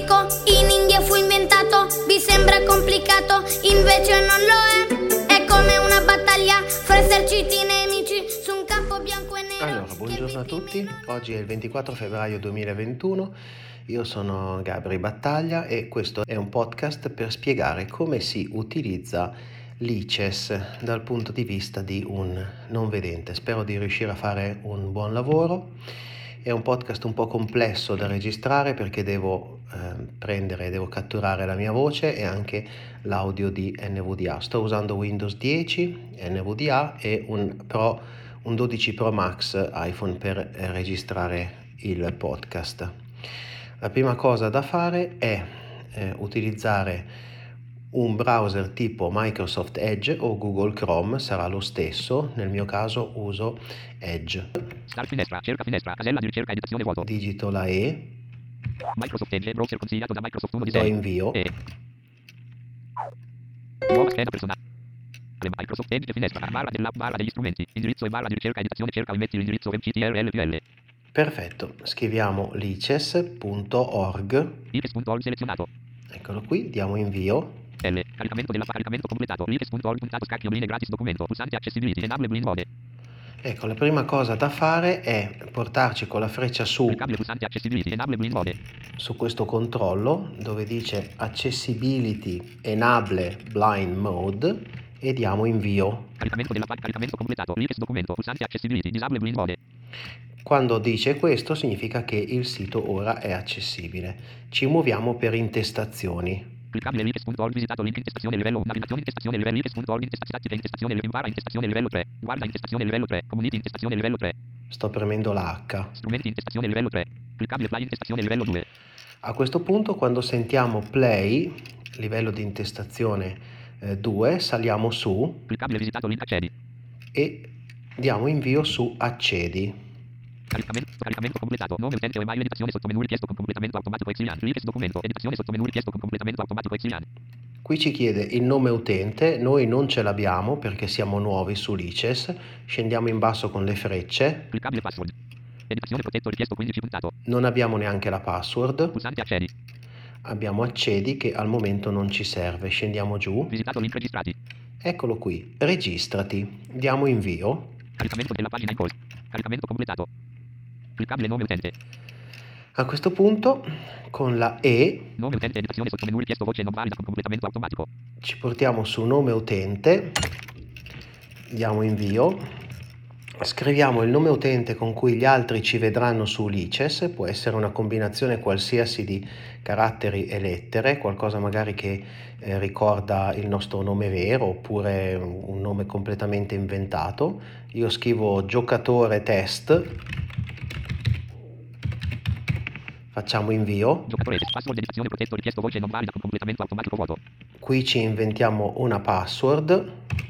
dico in India fu inventato. Vi sembra complicato, invece non lo è. È come una battaglia fra eserciti nemici su un campo bianco e nero. Allora, buongiorno a tutti. Oggi è il 24 febbraio 2021. Io sono Gabri Battaglia e questo è un podcast per spiegare come si utilizza l'ICES dal punto di vista di un non vedente. Spero di riuscire a fare un buon lavoro. È un podcast un po' complesso da registrare perché devo catturare la mia voce e anche l'audio di NVDA. Sto usando Windows 10 NVDA e un 12 Pro Max iPhone per registrare il podcast. La prima cosa da fare è utilizzare un browser tipo Microsoft Edge o Google Chrome, sarà lo stesso, nel mio caso uso Edge. Start finestra, cerca finestra, casella di ricerca editazione vuoto. Digito la E. Microsoft Edge, browser consigliato da Microsoft 1 di Do 6. invio. Nuova scheda personale. Microsoft Edge, finestra, barra degli strumenti, indirizzo e barra di ricerca editazione, cerca e metti l'indirizzo mctrlpl. Perfetto, scriviamo lices.org. lices.org selezionato. Eccolo qui, diamo invio. Caricamento completato. lices.org scacchio linee gratis documento. Pulsante accessibility enable blind mode. Ecco, la prima cosa da fare è portarci con la freccia su Pulsante accessibility enable blind mode. Su questo controllo dove dice accessibility enable blind mode e diamo invio. Caricamento completato. Lices documento. Pulsante accessibility disable blind mode. Quando dice questo significa che il sito ora è accessibile. Ci muoviamo per intestazioni. Cliccabile lices.org visitato link intestazione livello navigazione intestazione livello lices.org intestazione impara intestazione livello 3 guarda intestazione livello 3 community intestazione livello 3. Sto premendo la H. Strumenti intestazione livello 3. Cliccabile play intestazione livello 2. A questo punto quando sentiamo play livello di intestazione 2 saliamo su. Cliccabile visitato link accedi. E diamo invio su accedi. Caricamento completato. Nome utente o email editazione sottomenu richiesto con completamento automatico Exilian. Lices documento. Editazione sottomenu richiesto con completamento automatico Exilian. Qui ci chiede il nome utente, noi non ce l'abbiamo perché siamo nuovi su l'ICES. Scendiamo in basso con le frecce. Cliccabile password. Editazione protetto richiesto 15 puntato. Non abbiamo neanche la password. Pulsante accedi. Abbiamo accedi che al momento non ci serve. Scendiamo giù. Visitato link registrati. Eccolo qui, registrati. Diamo invio. Caricamento della pagina in corso. Caricamento completato. Cliccabile nome utente. A questo punto con la E nome utente editazione sottomenu richiesto voce non valida con completamento automatico. Ci portiamo su nome utente, diamo invio, scriviamo il nome utente con cui gli altri ci vedranno su l'ICES, può essere una combinazione qualsiasi di caratteri e lettere, qualcosa magari che ricorda il nostro nome vero oppure un nome completamente inventato. Io scrivo giocatore test. Facciamo invio. Giocatore password editazione protetto richiesto voce non valida con completamento automatico vuoto. Qui ci inventiamo una password.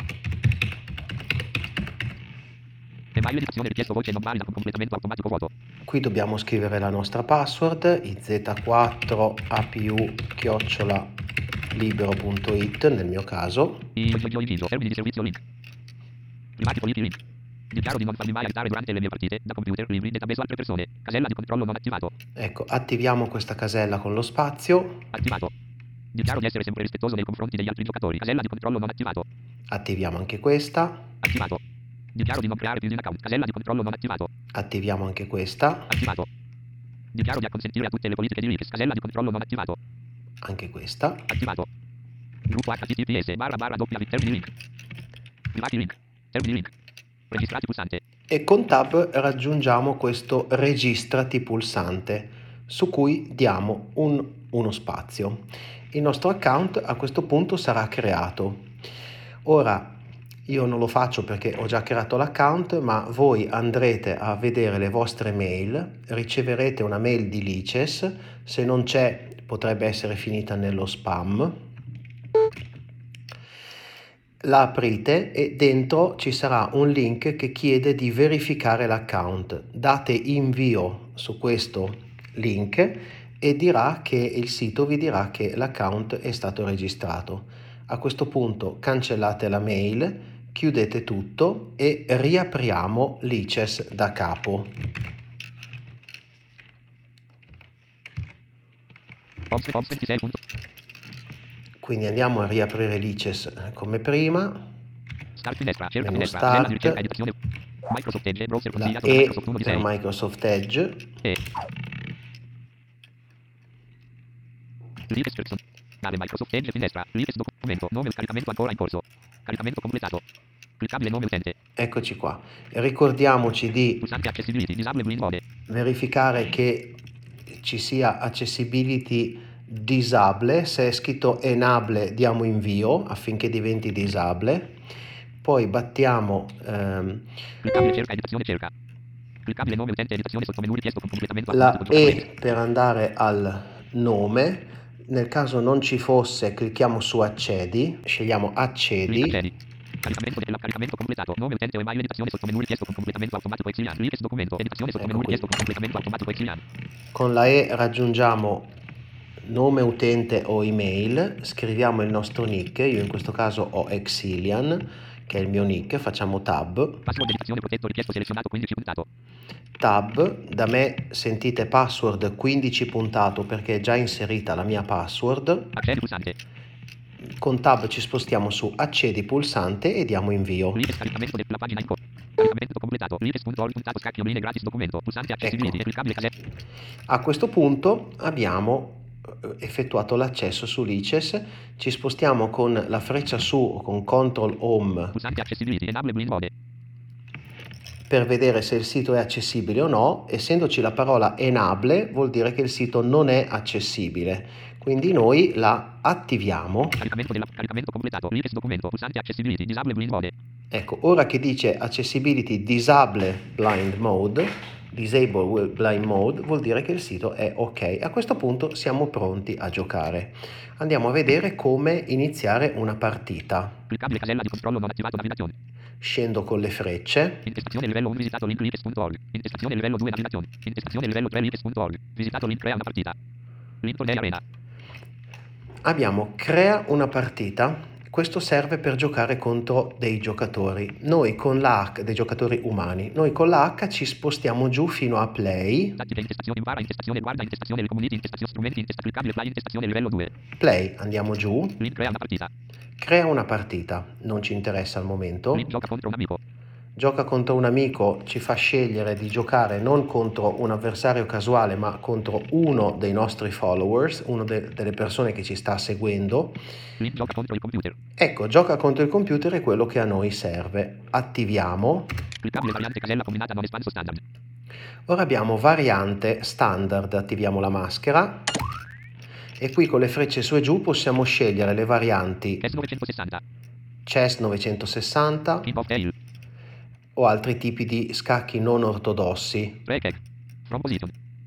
Email editazione richiesto voce non valida con completamento automatico vuoto. Qui dobbiamo scrivere la nostra password, iz4apu@libero.it nel mio caso. Termini di servizio link. Privati politici link. Dichiaro di non farmi mai aiutare durante le mie partite da computer libri database altre persone. Casella di controllo non attivato. Ecco, attiviamo questa casella con lo spazio. Attivato. Dichiaro di essere sempre rispettoso nei confronti degli altri giocatori. Casella di controllo non attivato. Attiviamo anche questa. Attivato. Dichiaro di non creare più di un account. Casella di controllo non attivato. Attiviamo anche questa. Attivato. Dichiaro di acconsentire a tutte le politiche di LICES. Casella di controllo non attivato. Anche questa. Attivato. Gruppo HTTPS //w termini link. Privati link. Termini link. Registrati pulsante. E con tab raggiungiamo questo registrati pulsante su cui diamo uno spazio. Il nostro account a questo punto sarà creato. Ora io non lo faccio perché ho già creato l'account, ma voi andrete a vedere le vostre mail, riceverete una mail di l'ICES, se non c'è potrebbe essere finita nello spam. La aprite e dentro ci sarà un link che chiede di verificare l'account. Date invio su questo link e dirà che il sito vi dirà che l'account è stato registrato. A questo punto cancellate la mail, chiudete tutto e riapriamo l'ICES da capo. Ops 26. Quindi andiamo a riaprire l'ICES come prima. Start finestra, cerca Menu finestra, casella di Start, ricerca, editazione. Microsoft Edge, browser la consigliato da E Microsoft 1 di per 6. Microsoft Edge, E. Lives personale Microsoft Edge, finestra, Lives documento, nome, caricamento ancora in corso. Caricamento completato. Cliccabile nome utente. eccoci qua. Ricordiamoci di Pulsante accessibility, disable green mode. verificare che ci sia accessibility disable. Se è scritto enable diamo invio affinché diventi disable. Poi battiamo Cliccabile cerca, editazione cerca. Cliccabile nome utente, editazione sottomenu richiesto con completamento la automatico E per andare al nome. Nel caso non ci fosse, clicchiamo su accedi, scegliamo accedi. Caricamento completato. Nome utente o email, editazione sottomenu richiesto con completamento automatico Exilian. Lives documento, editazione sottomenu Ecco qui. richiesto con completamento automatico Exilian. Con la E raggiungiamo nome utente o email, scriviamo il nostro nick, io in questo caso ho Exilian, che è il mio nick, facciamo tab. Password editazione protetto richiesto selezionato 15 puntato. Tab, da me sentite password 15 puntato perché è già inserita la mia password. Accedi pulsante. Con tab ci spostiamo su accedi pulsante e diamo invio. Lives caricamento della pagina in corso. Caricamento completato. Lives.org puntato scacchioline gratis documento. Pulsante accessibility. Ecco. Cliccabile casella. A questo punto abbiamo effettuato l'accesso sull'ICES, ci spostiamo con la freccia su o con Ctrl Home Pulsante accessibility. Enable green mode. per vedere se il sito è accessibile o no. Essendoci la parola enable vuol dire che il sito non è accessibile, quindi noi la attiviamo. Caricamento completato. Lives documento. Pulsante accessibility. Disable green mode. Ecco, ora che dice accessibility disable blind mode, disable blind mode, vuol dire che il sito è ok. A questo punto siamo pronti a giocare. Andiamo a vedere come iniziare una partita. Cliccabile casella di controllo non attivato navigazione. Scendo con le frecce. Intestazione livello 1 visitato link lives.org. Intestazione livello 2 navigazione. Intestazione livello 3 lives.org. Visitato link crea una partita. Link tornei arena. Abbiamo crea una partita. Questo serve per giocare contro dei giocatori. Noi con la H, dei giocatori umani, noi con la H ci spostiamo giù fino a play. Tattica intestazione invara intestazione guarda intestazione community intestazione strumenti cliccabile play intestazione livello 2. Play, andiamo giù. Link crea una partita. Crea una partita, non ci interessa al momento. Link gioca contro un amico. Gioca contro un amico ci fa scegliere di giocare non contro un avversario casuale, ma contro uno dei nostri followers, uno delle persone che ci sta seguendo. Link gioca contro il computer. Ecco, gioca contro il computer è quello che a noi serve. Attiviamo. Cliccabile variante casella combinata non espanso standard. Ora abbiamo variante standard, attiviamo la maschera. E qui con le frecce su e giù possiamo scegliere le varianti Chess 960. Chess 960 King of Tail. o altri tipi di scacchi non ortodossi. Break egg. From position.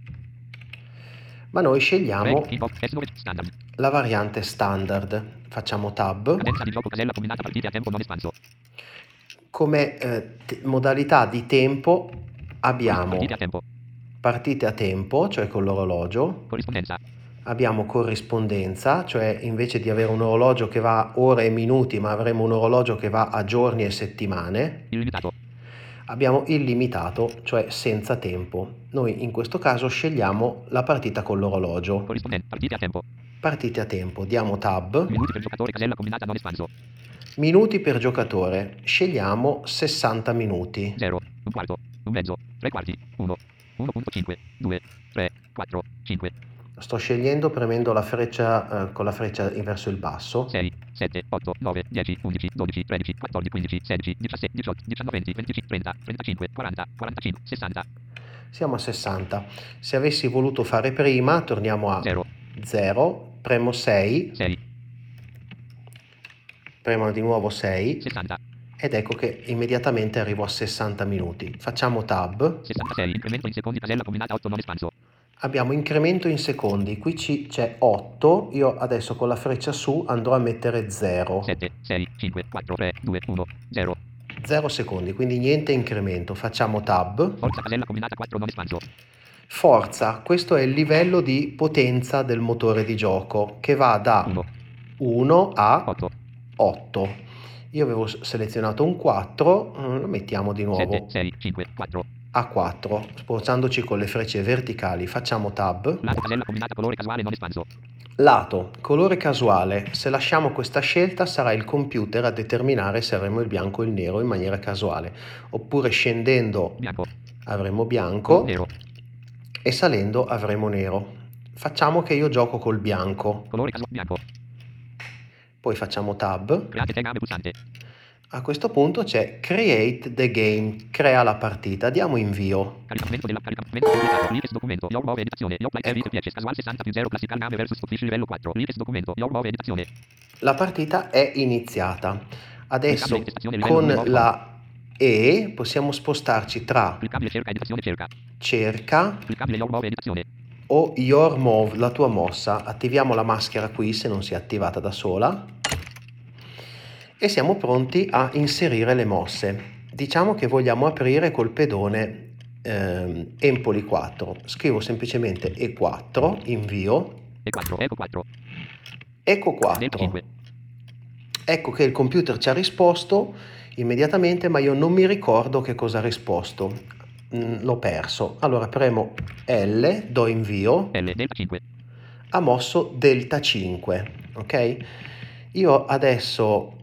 Ma noi scegliamo Break King of Chess 9 standard. la variante standard. Facciamo tab. Cadenza di gioco casella combinata partite a tempo non espanso. Come modalità di tempo abbiamo Partite a tempo. partite a tempo, cioè con l'orologio. Corrispondenza. Abbiamo corrispondenza, cioè invece di avere un orologio che va a ore e minuti, ma avremo un orologio che va a giorni e settimane. Illimitato. Abbiamo illimitato, cioè senza tempo. Noi in questo caso scegliamo la partita con l'orologio. Corrispondenza. Partite a tempo. Partite a tempo, diamo tab. Minuti per giocatore casella combinata non espanso. Minuti per giocatore, scegliamo 60 minuti. 0. Un quarto. Un mezzo. 3 quarti. 1. 1.5. 2. 3. 4. 5. Sto scegliendo premendo la freccia con la freccia verso il basso. 6, 7, 8, 9, 10, 11, 12, 13, 14, 15, 16, 17, 18, 19, 20, 25, 30, 35, 40, 45, 60. Siamo a 60. Se avessi voluto fare prima, torniamo a 0, premo 6, 6, premo di nuovo 6 60, ed ecco che immediatamente arrivo a 60 minuti. Facciamo tab. 66, incremento in secondi casella combinata 8 non espanso. Abbiamo incremento in secondi, qui c'è 8, io adesso con la freccia su andrò a mettere 0. 7, 6, 5, 4, 3, 2, 1, 0. 0 secondi, quindi niente incremento. Facciamo tab. Forza casella combinata 4 non espanso. Forza, questo è il livello di potenza del motore di gioco che va da 1 a 8. Io avevo selezionato un 4, lo mettiamo di nuovo. 7, 6, 5, 4. A4, spostandoci con le frecce verticali. Facciamo tab. Lato casella combinata colore casuale non espanso. Lato colore casuale. Se lasciamo questa scelta sarà il computer a determinare se avremo il bianco o il nero in maniera casuale, oppure scendendo Bianco. avremo bianco Nero. e salendo avremo nero. Facciamo che io gioco col bianco, Colore casuale bianco. poi facciamo tab. Create game pulsante. A questo punto c'è Create the Game, crea la partita, diamo invio. Caricamento completato. Linkes documento. Your nuova editazione. Your play edit piace. Casual 60+0 classical game versus Stockfish livello 4. Linkes documento. Your nuova editazione. La partita è iniziata. Adesso Cliccabile intestazione livello con 2, la E possiamo spostarci tra Cliccabile cerca editazione cerca. cerca Cliccabile Your nuova editazione. o Your Move, la tua mossa. Attiviamo la maschera qui se non si è attivata da sola e siamo pronti a inserire le mosse. Diciamo che vogliamo aprire col pedone Empoli 4. Scrivo semplicemente E4, invio. E4. Ecco 4. Ecco Delta 4. 5. Ecco che il computer ci ha risposto immediatamente, ma io non mi ricordo che cosa ha risposto. L'ho perso. Allora premo L, do invio. L. Delta 5. Ha mosso delta 5. Ok? Io adesso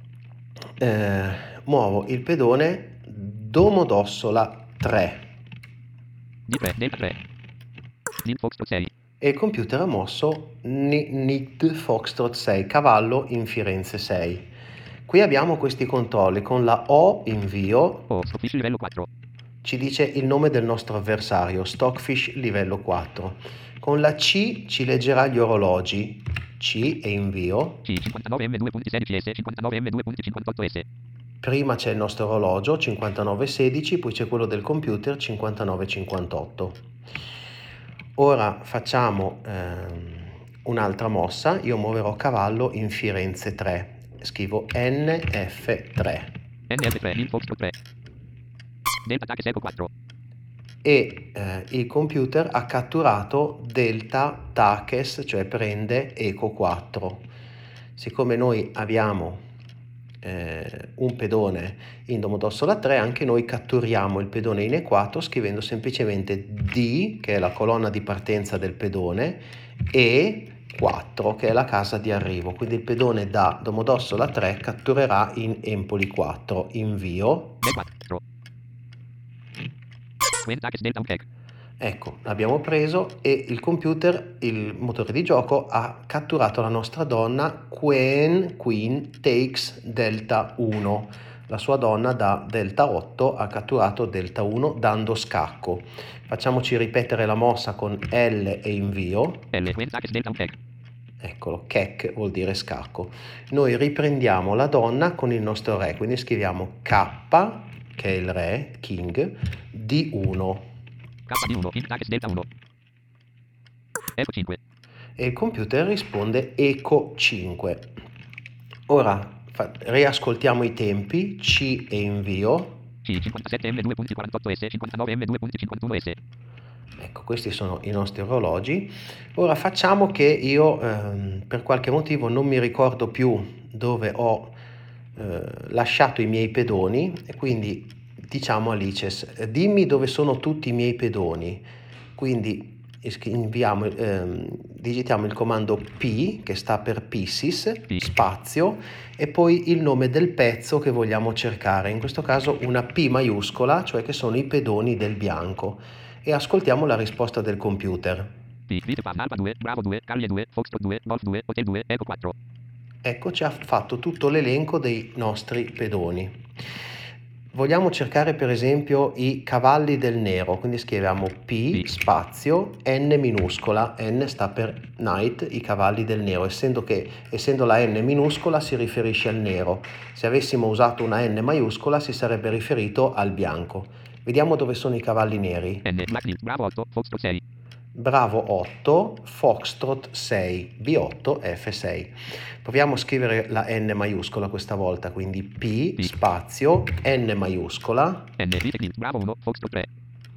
muovo il pedone Domodossola 3 D3. Delta 3. Nid Foxtrot 6. e il computer ha mosso Nid Foxtrot 6, cavallo in Firenze 6. Qui abbiamo questi controlli. Con la O invio O. Stockfish livello 4. ci dice il nome del nostro avversario, Stockfish livello 4. Con la C ci leggerà gli orologi, C e invio. C. 59M2.16S. 59M2.58S. Prima c'è il nostro orologio 5916, poi c'è quello del computer 5958. Ora facciamo un'altra mossa. Io muoverò cavallo in Firenze 3. Scrivo NF3 NF3. Nid Foxtrot 3. Delta Taques Eco 4. e il computer ha catturato delta Taques, cioè prende Eco 4. Siccome noi abbiamo un pedone in Domodossola 3, anche noi catturiamo il pedone in E4 scrivendo semplicemente D, che è la colonna di partenza del pedone, e 4, che è la casa di arrivo. Quindi il pedone da Domodossola 3 catturerà in Empoli 4. Invio. D4. Queen Taques Delta 1 Ecco, l'abbiamo preso e il computer, il motore di gioco, ha catturato la nostra donna Queen takes Delta 1. La sua donna da Delta 8 ha catturato Delta 1 dando scacco. Facciamoci ripetere la mossa con L e invio. L. Queen Taques Delta 1 Eccolo, kek vuol dire scacco. Noi riprendiamo la donna con il nostro re, quindi scriviamo K, che è il re, king, D1. K1. King Taques Delta 1. Eco 5. E il computer risponde Eco 5. Ora riascoltiamo i tempi, C e invio. C. 57M2.48S. 59M2.51S. Ecco, questi sono i nostri orologi. Ora facciamo che io per qualche motivo non mi ricordo più dove ho lasciato i miei pedoni e quindi diciamo a Lices, dimmi dove sono tutti i miei pedoni. Quindi digitiamo il comando P, che sta per pieces, spazio, e poi il nome del pezzo che vogliamo cercare, in questo caso una P maiuscola, cioè che sono i pedoni del bianco, e ascoltiamo la risposta del computer. P. Vite Alfa 2, Bravo 2, Carlie 2, Foxtrot 2, Golf 2, Hotel 2, Eco 4. Ecco, ci ha fatto tutto l'elenco dei nostri pedoni. Vogliamo cercare per esempio i cavalli del nero, quindi scriviamo P spazio N minuscola, N sta per Knight, i cavalli del nero, essendo la N minuscola si riferisce al nero. Se avessimo usato una N maiuscola si sarebbe riferito al bianco. Vediamo dove sono i cavalli neri. N. Blacklist, Bravo 8, Foxtrot 6. Bravo 8, Foxtrot 6, B8, F6. Proviamo a scrivere la N maiuscola questa volta, quindi P spazio N maiuscola. N. Vite Bravo 1, Foxtrot 3.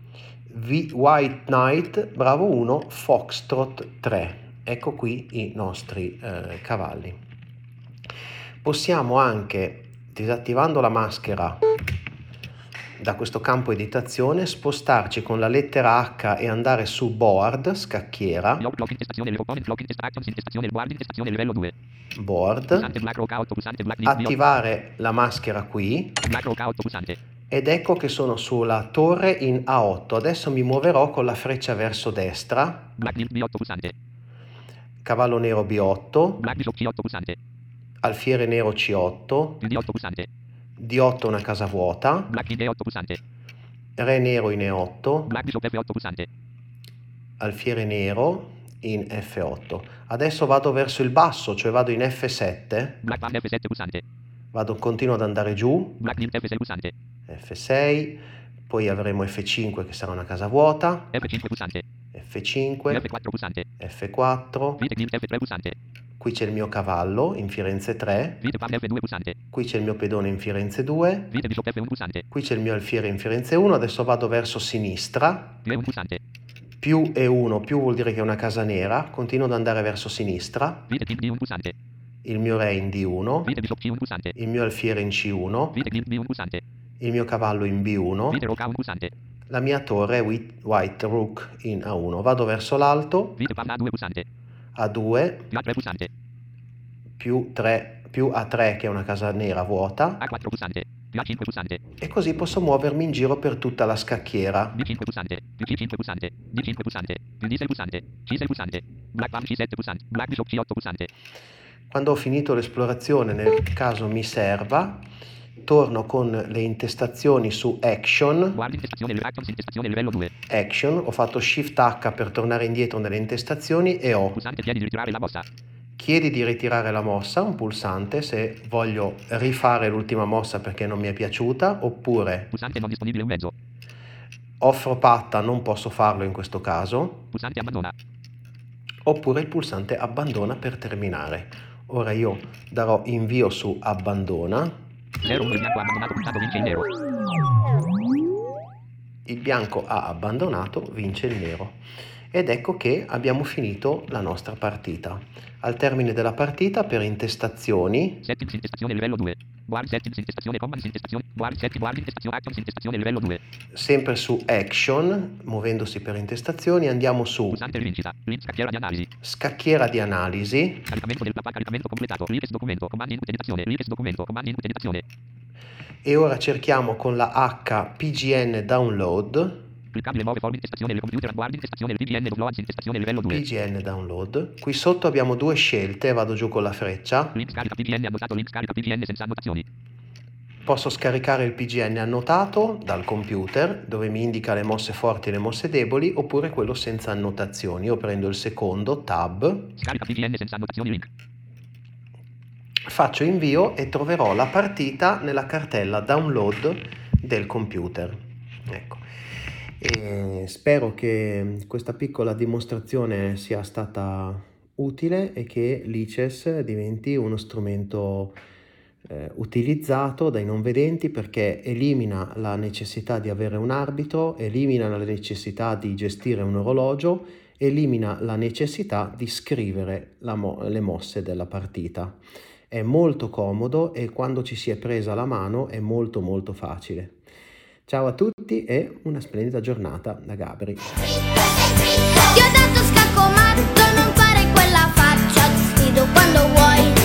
White Knight, Bravo 1, Foxtrot 3. Ecco qui i nostri cavalli. Possiamo anche, disattivando la maschera da questo campo editazione, spostarci con la lettera H e andare su board, scacchiera, Block intestazione, opponent, block actions, intestazione, guard, intestazione, livello 2. board, Pulsante black rock out, pulsante black attivare la maschera qui black rock out, pulsante. ed ecco che sono sulla torre in A8. Adesso mi muoverò con la freccia verso destra, Black B8, pulsante. cavallo nero B8, Black bishop C8, pulsante. alfiere nero C8, D8, pulsante. D8 una casa vuota, Black king E8, pulsante. re nero in E8, Black bishop F8, pulsante. alfiere nero in F8. Adesso vado verso il basso, cioè vado in F7, Black pawn F7, pulsante. continuo ad andare giù, Black king F6, pulsante. F6, poi avremo F5 che sarà una casa vuota, F5, pulsante. F5, F4, pulsante. F4, Vite king F3, pulsante. qui c'è il mio cavallo in Firenze 3, Vite pawn F2, pulsante. qui c'è il mio pedone in Firenze 2, Vite bishop F1, pulsante. qui c'è il mio alfiere in Firenze 1, adesso vado verso sinistra, Più E1, pulsante. più E1, più vuol dire che è una casa nera, continuo ad andare verso sinistra, Vite king D1, pulsante. il mio re in D1, Vite bishop C1, pulsante. il mio alfiere in C1, Vite king B1, pulsante. il mio cavallo in B1, Vite rook A1, pulsante. la mia torre white rook in A1, vado verso l'alto, Vite pawn A2, pulsante. A2, Più A3, pulsante. più A3 che è una casa nera vuota, A4, pulsante. Più A5, pulsante. e così posso muovermi in giro per tutta la scacchiera. D5, pulsante. Più C5, pulsante. D5, pulsante. Più D6, pulsante. C6, pulsante. Black pawn C7, pulsante. Black bishop C8, pulsante. Quando ho finito l'esplorazione, nel caso mi serva, torno con le intestazioni su Action, Guardi intestazione, actions, intestazione, livello 2. Action, ho fatto Shift H per tornare indietro nelle intestazioni e ho Pulsante chiedi di ritirare la mossa. chiedi di ritirare la mossa, un pulsante se voglio rifare l'ultima mossa perché non mi è piaciuta, oppure Pulsante non disponibile un mezzo. offro patta, non posso farlo in questo caso, Pulsante abbandona. oppure il pulsante abbandona per terminare. Ora io darò invio su abbandona, 0 1 il bianco ha abbandonato, pulsato vince il nero. il bianco ha abbandonato, vince il nero. Ed ecco che abbiamo finito la nostra partita. Al termine della partita, per intestazioni, Settings intestazione livello 2. Guard settings intestazione commands intestazione. Guard intestazione actions intestazione livello 2. sempre su Action, muovendosi per intestazioni, andiamo su Pulsante rivincita. Link scacchiera di analisi. scacchiera di analisi, Caricamento del papà, caricamento completato. Links documento. Comandi input editazione. Links documento. Comandi input editazione. e ora cerchiamo con la H PGN download, Cliccabile muove form intestazione. Computer guard intestazione. PGN downloads intestazione livello 2. PGN download. Qui sotto abbiamo due scelte, vado giù con la freccia, Link scarica PGN annotato. Link scarica PGN senza annotazioni. posso scaricare il PGN annotato dal computer dove mi indica le mosse forti e le mosse deboli, oppure quello senza annotazioni. Io prendo il secondo, tab, Scarica PGN senza annotazioni. Link. faccio invio e troverò la partita nella cartella download del computer. Ecco. E spero che questa piccola dimostrazione sia stata utile e che Lichess diventi uno strumento utilizzato dai non vedenti, perché elimina la necessità di avere un arbitro, elimina la necessità di gestire un orologio, elimina la necessità di scrivere le mosse della partita. È molto comodo e quando ci si è presa la mano è molto molto facile. Ciao a tutti e una splendida giornata da Gabri. Ti ho dato scacco matto, non fare quella faccia, ti sfido quando vuoi.